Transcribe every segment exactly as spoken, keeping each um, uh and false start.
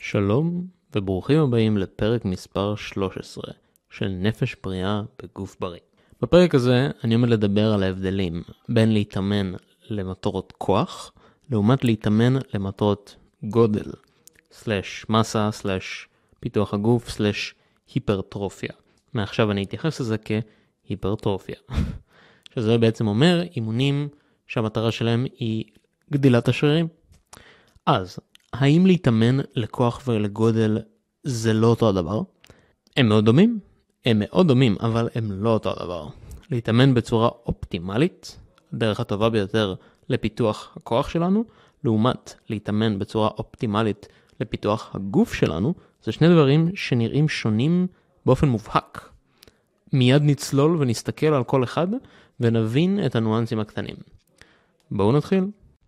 שלום וברוכים הבאים לפרק מספר שלוש עשרה של נפש בריאה בגוף בריא. בפרק הזה אני עומד לדבר על ההבדלים בין להתאמן למטרות כוח לעומת להתאמן למטרות גודל, סלש מסה, סלש פיתוח הגוף, סלש היפרטרופיה. מעכשיו אני אתייחס לזה כהיפרטרופיה. שזה בעצם אומר אימונים שהמטרה שלהם היא גדילת השרירים. אז האם להתאמן לכוח ולגודל זה לא אותו הדבר? הם מאוד דומים? הם מאוד דומים, אבל הם לא אותו הדבר. להתאמן בצורה אופטימלית, הדרך הטובה ביותר לפיתוח הכוח שלנו, לעומת להתאמן בצורה אופטימלית לפיתוח הגוף שלנו, זה שני דברים שנראים שונים באופן מובהק. מיד נצלול ונסתכל על כל אחד ונבין את הניואנסים הקטנים. בואו נתחיל.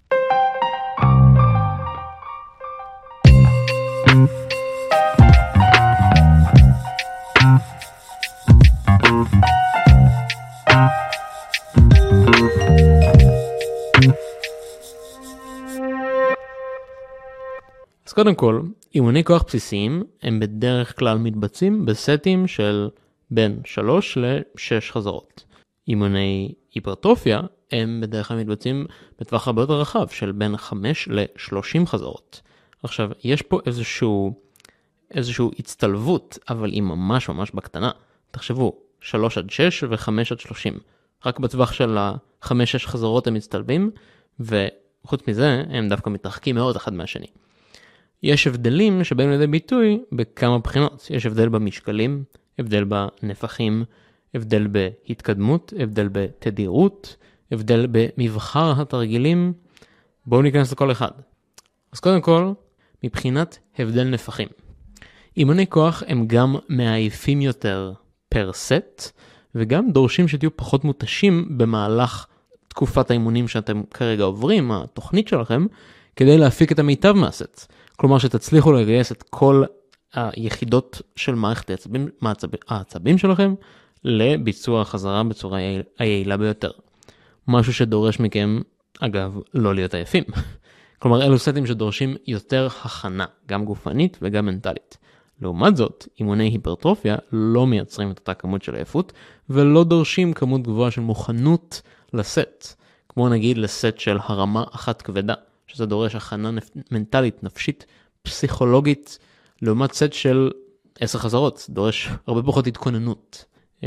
אז קודם כל, אימוני כוח בסיסיים הם בדרך כלל מתבצעים בסטים של בין שלוש לשש חזרות. אימוני היפרטרופיה הם בדרך כלל מתבצעים בטווח הרבה יותר רחב של בין חמש לשלושים חזרות. עכשיו, יש פה איזשהו, איזשהו הצטלבות, אבל היא ממש ממש בקטנה. תחשבו, שלוש עד שש ו-חמש עד שלושים. רק בטווח של ה-חמש שש חזרות הם מצטלבים, וחוץ מזה הם דווקא מתרחקים מאוד אחד מהשני. יש הבדלים שבאים לידי ביטוי בכמה בחינות. יש הבדל במשקלים, הבדל בנפחים, הבדל בהתקדמות, הבדל בתדירות, הבדל במבחר התרגילים. בואו ניכנס לכל אחד. אז קודם כל, מבחינת הבדל נפחים. אימוני כוח הם גם מעייפים יותר פר סט, וגם דורשים שתהיו פחות מותשים במהלך תקופת האימונים שאתם כרגע עוברים, התוכנית שלכם, כדי להפיק את המיטב מהסט. כלומר שתצליחו לגייס את כל היחידות של מערכת העצבים, העצבים שלכם לביצוע החזרה בצורה היעילה ביותר. משהו שדורש מכם, אגב, לא להיות עייפים. כלומר, אלו סטים שדורשים יותר הכנה, גם גופנית וגם מנטלית. לעומת זאת, אימוני היפרטרופיה לא מייצרים את אותה כמות של עייפות, ולא דורשים כמות גבוהה של מוכנות לסט. כמו נגיד לסט של הרמה אחת כבדה, שזה דורש הכנה מנטלית, נפשית, פסיכולוגית, לעומת סט של עשר חזרות, דורש הרבה פחות התכוננות.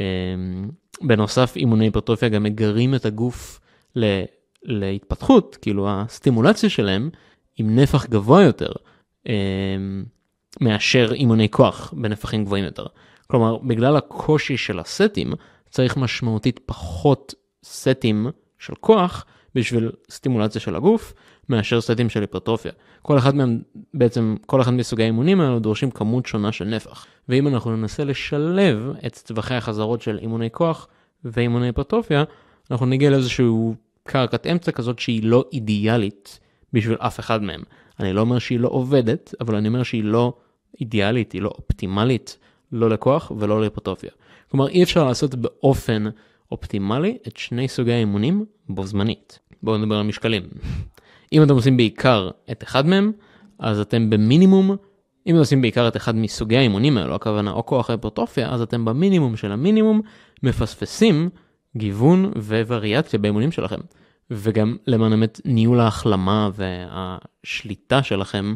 בנוסף, אימוני היפרטרופיה גם מגרים את הגוף להתפתחות, כאילו הסטימולציה שלהם עם נפח גבוה יותר, מאשר אימוני כוח בנפחים גבוהים יותר. כלומר, בגלל הקושי של הסטים, צריך משמעותית פחות סטים של כוח בשביל סטימולציה של הגוף, מאשר סטים של היפרטרופיה. כל אחד מהם, בעצם, כל אחד מסוגי האימונים האלו דורשים כמות שונה של נפח. ואם אנחנו ננסה לשלב את טווחי החזרות של אימוני כוח ואימוני היפרטרופיה, אנחנו נגיע לאיזשהו קרקעת אמצע כזאת שהיא לא אידיאלית בשביל אף אחד מהם. אני לא אומר שהיא לא עובדת, אבל אני אומר שהיא לא אידיאלית, היא לא אופטימלית, לא לכוח ולא להיפרטרופיה. כלומר, אי אפשר לעשות באופן אופטימלי את שני סוגי האימונים בו זמנית. בואו נדבר על משקלים. אם אתם עושים בעיקר את אחד מהם, אז אתם במינימום, אם אתם עושים בעיקר את אחד מסוגי האימונים האלו, הכוונה או כוח היפרטרופיה, אז אתם במינימום של המינימום מפספסים גיוון ווריאציה באימונים שלכם. וגם למען האמת ניהול ההחלמה והשליטה שלכם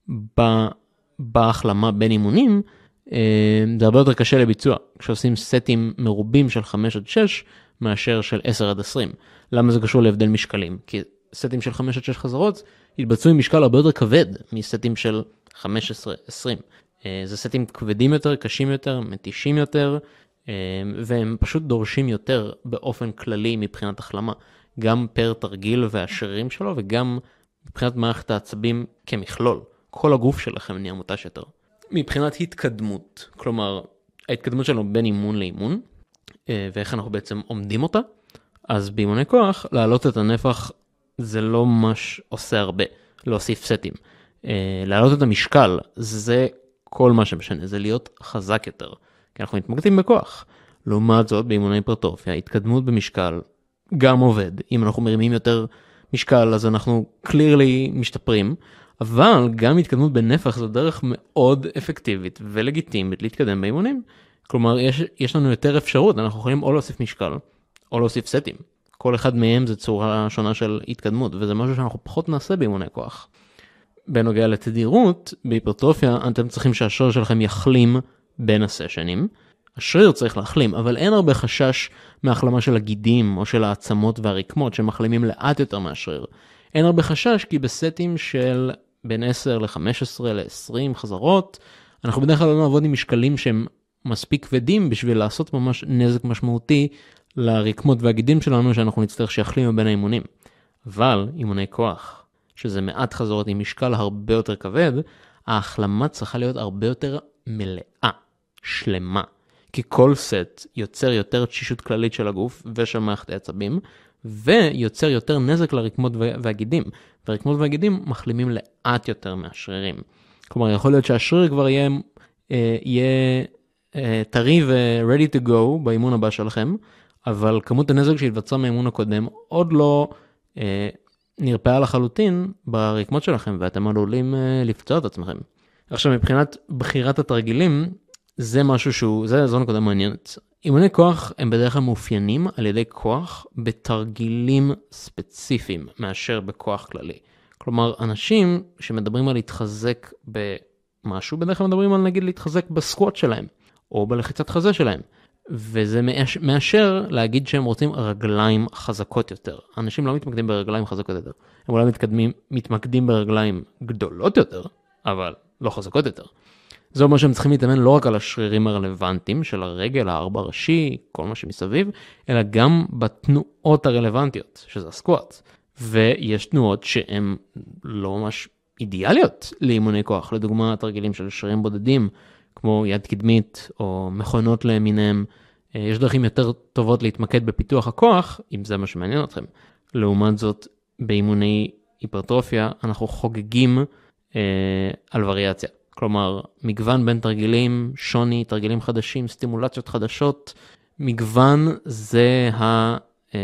בהחלמה בין אימונים, זה הרבה יותר קשה לביצוע, כשעושים סטים מרובים של חמש עד שש מאשר של עשר עד עשרים. למה זה קשור להבדל משקלים? כי סטים של חמש עד שש חזרות יתבצעו עם משקל הרבה יותר כבד מסטים של חמש עשרה עד עשרים. זה סטים כבדים יותר, קשים יותר, מתישים יותר, והם פשוט דורשים יותר באופן כללי מבחינת החלמה. גם פר תרגיל והשרירים שלו, וגם מבחינת מערכת העצבים כמכלול. כל הגוף שלכם נהיה מותש יותר. מבחינת התקדמות, כלומר, ההתקדמות שלנו בין אימון לאימון, ואיך אנחנו בעצם עומדים אותה, אז באימוני כוח, להעלות את הנפח זה לא ממש עושה הרבה, להוסיף סטים. להעלות את המשקל, זה כל מה שמשנה, זה להיות חזק יותר, כי אנחנו מתמקדים בכוח. לעומת זאת, באימוני היפרטרופיה, התקדמות במשקל גם עובד. אם אנחנו מרימים יותר משקל, אז אנחנו clearly משתפרים, אבל גם התקדמות בנפח זו דרך מאוד אפקטיבית ולגיטימית להתקדם באימונים. כלומר, יש, יש לנו יותר אפשרות, אנחנו יכולים או להוסיף משקל, או להוסיף סטים. כל אחד מהם זה צורה שונה של התקדמות, וזה משהו שאנחנו פחות נעשה באימוני כוח. בנוגע לתדירות, בהיפרטרופיה, אתם צריכים שהשריר שלכם יחלים בין הסשנים. השריר צריך להחלים, אבל אין הרבה חשש מהחלמה של הגידים, או של העצמות והרקמות, שמחלימים לאט יותר מהשריר. אין הרבה חשש, כי בסטים של בין עשר ל-חמש עשרה ל-עשרים חזרות, אנחנו בדרך כלל לא נעבוד עם משקלים שהם מספיק כבדים, בשביל לעשות ממש נזק משמעותי לרקמות והגידים שלנו, שאנחנו נצטרך שיחלימו בין האימונים. אבל אימוני כוח, שזה מעט חזרות עם משקל הרבה יותר כבד, ההחלמה צריכה להיות הרבה יותר מלאה, שלמה. כי כל סט יוצר יותר תשישות כללית של הגוף ושל מערכת העצבים, ויוצר יותר נזק לרקמות והגידים. והרקמות והגידים מחלימים לאט יותר מהשרירים. כלומר, יכול להיות שהשריר כבר יהיה, יהיה טרי ו-ready to go באימון הבא שלכם, אבל כמות הנזק שהתבצע מהאימון הקודם עוד לא אה, נרפאה לחלוטין ברקמות שלכם, ואתם עלולים אה, לפצוע את עצמכם. עכשיו, מבחינת בחירת התרגילים, זה משהו שהוא, זה, זו נקודה מעניינת. אימוני כוח הם בדרך כלל מאופיינים על ידי כוח בתרגילים ספציפיים, מאשר בכוח כללי. כלומר, אנשים שמדברים על להתחזק במשהו, בדרך כלל מדברים על נגיד להתחזק בסקווט שלהם, או בלחיצת חזה שלהם. וזה מאשר להגיד שהם רוצים רגליים חזקות יותר. אנשים לא מתמקדים ברגליים חזקות יותר. הם אולי מתקדמים, מתמקדים ברגליים גדולות יותר, אבל לא חזקות יותר. זה אומר שהם צריכים להתאמן לא רק על השרירים הרלוונטיים של הרגל, הארבע ראשי, כל מה שמסביב, אלא גם בתנועות הרלוונטיות, שזה הסקואט. ויש תנועות שהן לא ממש אידיאליות לאימוני כוח. לדוגמה, תרגילים של שרירים בודדים, כמו יד קדמית או מכונות למיניהם. יש דרכים יותר טובות להתמקד בפיתוח הכוח, אם זה מה שמעניין אתכם. לעומת זאת, באימוני היפרטרופיה, אנחנו חוגגים אה, על וריאציה. כלומר, מגוון בין תרגילים, שוני, תרגילים חדשים, סטימולציות חדשות. מגוון זה ה... אה,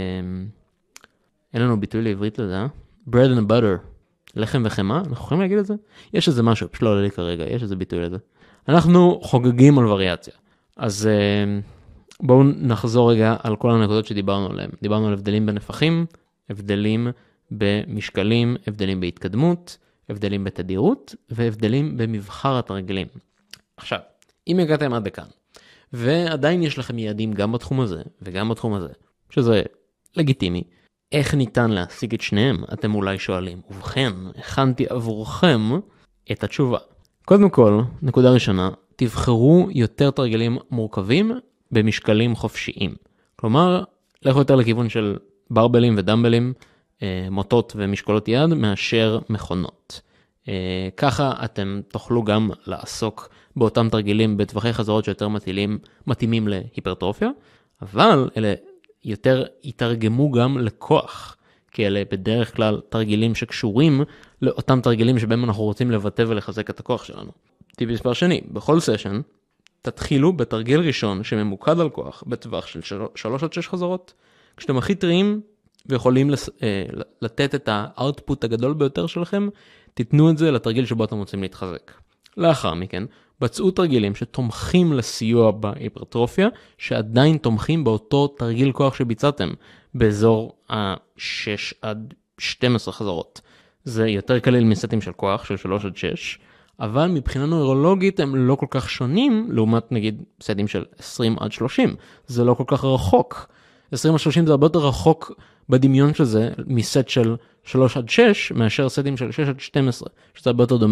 אין לנו ביטוי לעברית לזה, אה? bread and butter, לחם וחמה, אנחנו יכולים להגיד את זה? יש איזה משהו, פשוט לא עולה לי כרגע, יש איזה ביטוי לזה. אנחנו חוגגים על וריאציה. אז בואו נחזור רגע על כל הנקודות שדיברנו עליהן. דיברנו על הבדלים בנפחים, הבדלים במשקלים, הבדלים בהתקדמות, הבדלים בתדירות, והבדלים במבחר התרגילים. עכשיו, אם הגעתם עד לכאן, ועדיין יש לכם יעדים גם בתחום הזה, וגם בתחום הזה, שזה לגיטימי, איך ניתן להשיג את שניהם? אתם אולי שואלים. ובכן, הכנתי עבורכם את התשובה. קודם כל, נקודה ראשונה, תבחרו יותר תרגילים מורכבים במשקלים חופשיים. כלומר, לכו יותר לכיוון של ברבלים ודמבלים, מוטות ומשקולות יד, מאשר מכונות. ככה אתם תוכלו גם לעסוק באותם תרגילים בטווחי חזרות שיותר מתאימים, מתאימים להיפרטרופיה, אבל אלה יותר יתרגמו גם לכוח, כי אלה בדרך כלל תרגילים שקשורים לאותם תרגילים שבהם אנחנו רוצים לבטא ולחזק את הכוח שלנו. טיפ מספר שני, בכל סשן, תתחילו בתרגיל ראשון שממוקד על כוח בטווח של שלוש עד שש חזרות, כשאתם הכי טריים ויכולים לס... לתת את האוטפוט הגדול ביותר שלכם, תיתנו את זה לתרגיל שבו אתם רוצים להתחזק. לאחר מכן, בצעו תרגילים שתומכים לסיוע בהיפרטרופיה, שעדיין תומכים באותו תרגיל כוח שביצעתם, באזור ה-שש עד שתים עשרה חזרות. זה יותר קליל מסטים של כוח, של שלוש עד שש, אבל מבחינה נוירולוגית הם לא כל כך שונים, לעומת נגיד סטים של עשרים עד שלושים. זה לא כל כך רחוק. עשרים עד שלושים זה הרבה יותר רחוק בדמיון של זה, מסט של שלוש עד שש, מאשר סטים של שש עד שתים עשרה, שזה הרבה יותר דומה.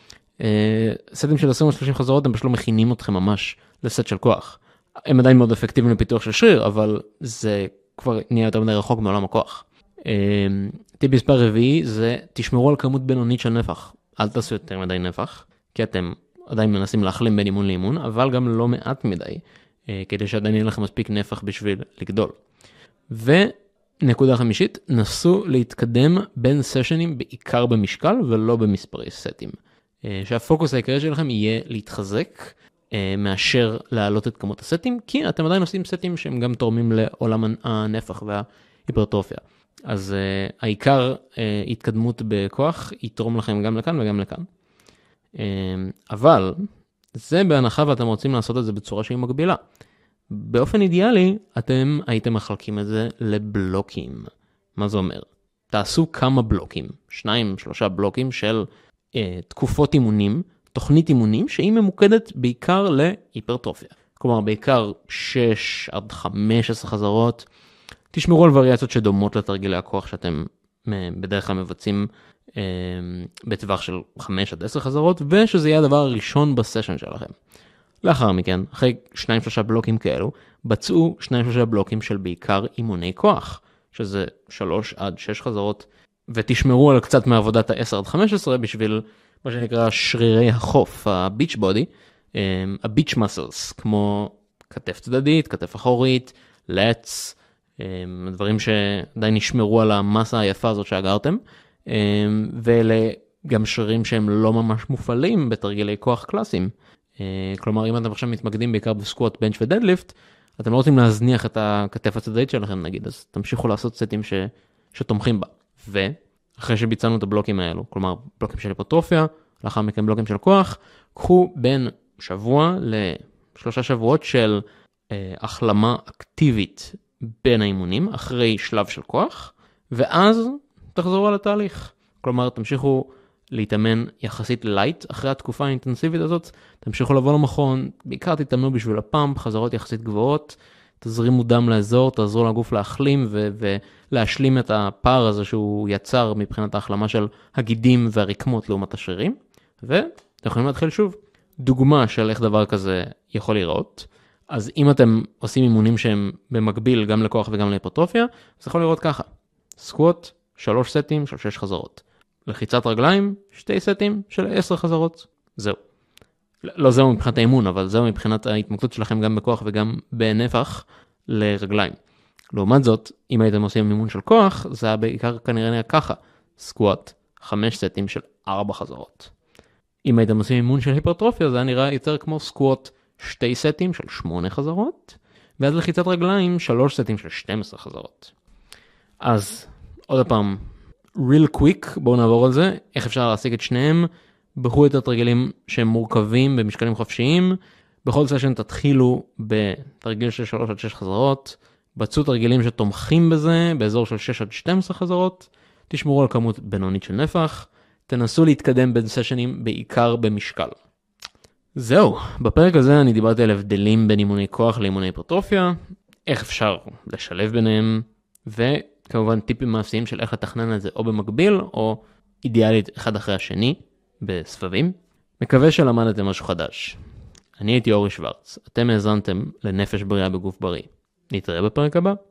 סטים של עשרים עד שלושים חזרות הם פשוט לא מכינים אתכם ממש לסט של כוח. הם עדיין מאוד אפקטיביים לפיתוח של שריר, אבל זה כבר נהיה יותר מדי רחוק מעולם הכוח. טיפ מספר רביעי זה תשמרו על כמות בינונית של נפח. אל תעשו יותר מדי נפח, כי אתם עדיין מנסים להחלים בין אימון לאימון, אבל גם לא מעט מדי, כדי שעדיין יהיה לכם מספיק נפח בשביל לגדול. ונקודה חמישית, נסו להתקדם בין סשנים בעיקר במשקל ולא במספרי סטים. שהפוקוס העיקרי שלכם יהיה להתחזק, מאשר להעלות את כמות הסטים, כי אתם עדיין עושים סטים שהם גם תורמים לעולם הנפח וההיפרטרופיה. אז uh, העיקר uh, התקדמות בכוח יתרום לכם גם לכאן וגם לכאן. Uh, אבל זה בהנחה ואתם רוצים לעשות את זה בצורה שהיא מגבילה. באופן אידיאלי, אתם הייתם מחלקים את זה לבלוקים. מה זה אומר? תעשו כמה בלוקים, שניים, שלושה בלוקים של אה, תקופות אימונים, תוכנית אימונים שהיא ממוקדת בעיקר להיפרטרופיה. כלומר, בעיקר שש עד חמש עשרה חזרות. תשמרו על וריאציות שדומות לתרגילי הכוח שאתם בדרך כלל מבצעים אה, בטווח של חמש עד עשר חזרות, ושזה יהיה הדבר הראשון בסשן שלכם. לאחר מכן, אחרי שניים שלושה בלוקים כאלו, בצעו שניים שלושה בלוקים של בעיקר אימוני כוח, שזה שלוש עד שש חזרות, ותשמרו על קצת מעבודת ה-עשר עד חמש עשרה בשביל מה שנקרא שרירי החוף, ה-beach body, ה-beach muscles, כמו כתף צדדית, כתף אחורית, לץ, דברים שעדיין נשמרו על המסה היפה הזאת שאגרתם, ואלה גם שרירים שהם לא ממש מופעלים בתרגילי כוח קלאסיים. כלומר, אם אתם עכשיו מתמקדים בעיקר בסקווט, בנץ' ודדליפט, אתם לא רוצים להזניח את הכתף הצדדית שלכם נגיד, אז תמשיכו לעשות סטים ש... שתומכים בה. ואחרי שביצענו את הבלוקים האלו, כלומר בלוקים של היפרטרופיה, לאחר מכן בלוקים של כוח, קחו בין שבוע לשלושה שבועות של אה, החלמה אקטיבית בין האימונים, אחרי שלב של כוח, ואז תחזרו על התהליך. כלומר, תמשיכו להתאמן יחסית לייט, אחרי התקופה האינטנסיבית הזאת, תמשיכו לבוא למכון, בעיקר תתאמנו בשביל הפאמפ, חזרות יחסית גבוהות, תזרימו דם לאזור, תעזרו לגוף להחלים ו- ולהשלים את הפער הזה שהוא יצר מבחינת ההחלמה של הגידים והרקמות לעומת השרירים, ואתם יכולים להתחיל שוב. דוגמה של איך דבר כזה יכול להיראות, אז אם אתם עושים אימונים שהם במקביל גם לכוח וגם להיפרטרופיה, זה יכול לראות ככה, סקווט, שלוש סטים של שש חזרות. לחיצת רגליים, שתי סטים של עשר חזרות. זהו. לא זהו מבחינת האימון, אבל זהו מבחינת ההתמקדות שלכם גם בכוח וגם בנפח לרגליים. לעומת זאת, אם הייתם עושים אימון של כוח, זה היה בעיקר כנראה נהיה ככה. סקווט, חמש סטים של ארבע חזרות. אם הייתם עושים אימון של היפרטרופיה, זה היה נראה יותר כמו סקווט, שתי סטים של שמונה חזרות, ואז לחיצת רגליים, שלוש סטים של שתים עשרה חזרות. אז, עוד פעם, real quick, בואו נעבור על זה, איך אפשר להשיג את שניהם, בחרו את התרגילים שהם מורכבים במשקלים חופשיים, בכל סשן תתחילו בתרגיל של שלוש עד שש חזרות, בצעו תרגילים שתומכים בזה, באזור של שש עד שתים עשרה חזרות, תשמרו על כמות בינונית של נפח, תנסו להתקדם בין סשנים בעיקר במשקל. זהו, בפרק הזה אני דיברתי על הבדלים בין אימוני כוח לאימוני היפרטרופיה, איך אפשר לשלב ביניהם, וכמובן טיפים מעשיים של איך לתכנן את זה או במקביל, או אידיאלית אחד אחרי השני, בסבבים. מקווה שלמדתם משהו חדש. אני הייתי אורי שוורץ, אתם האזנתם לנפש בריאה בגוף בריא. נתראה בפרק הבא.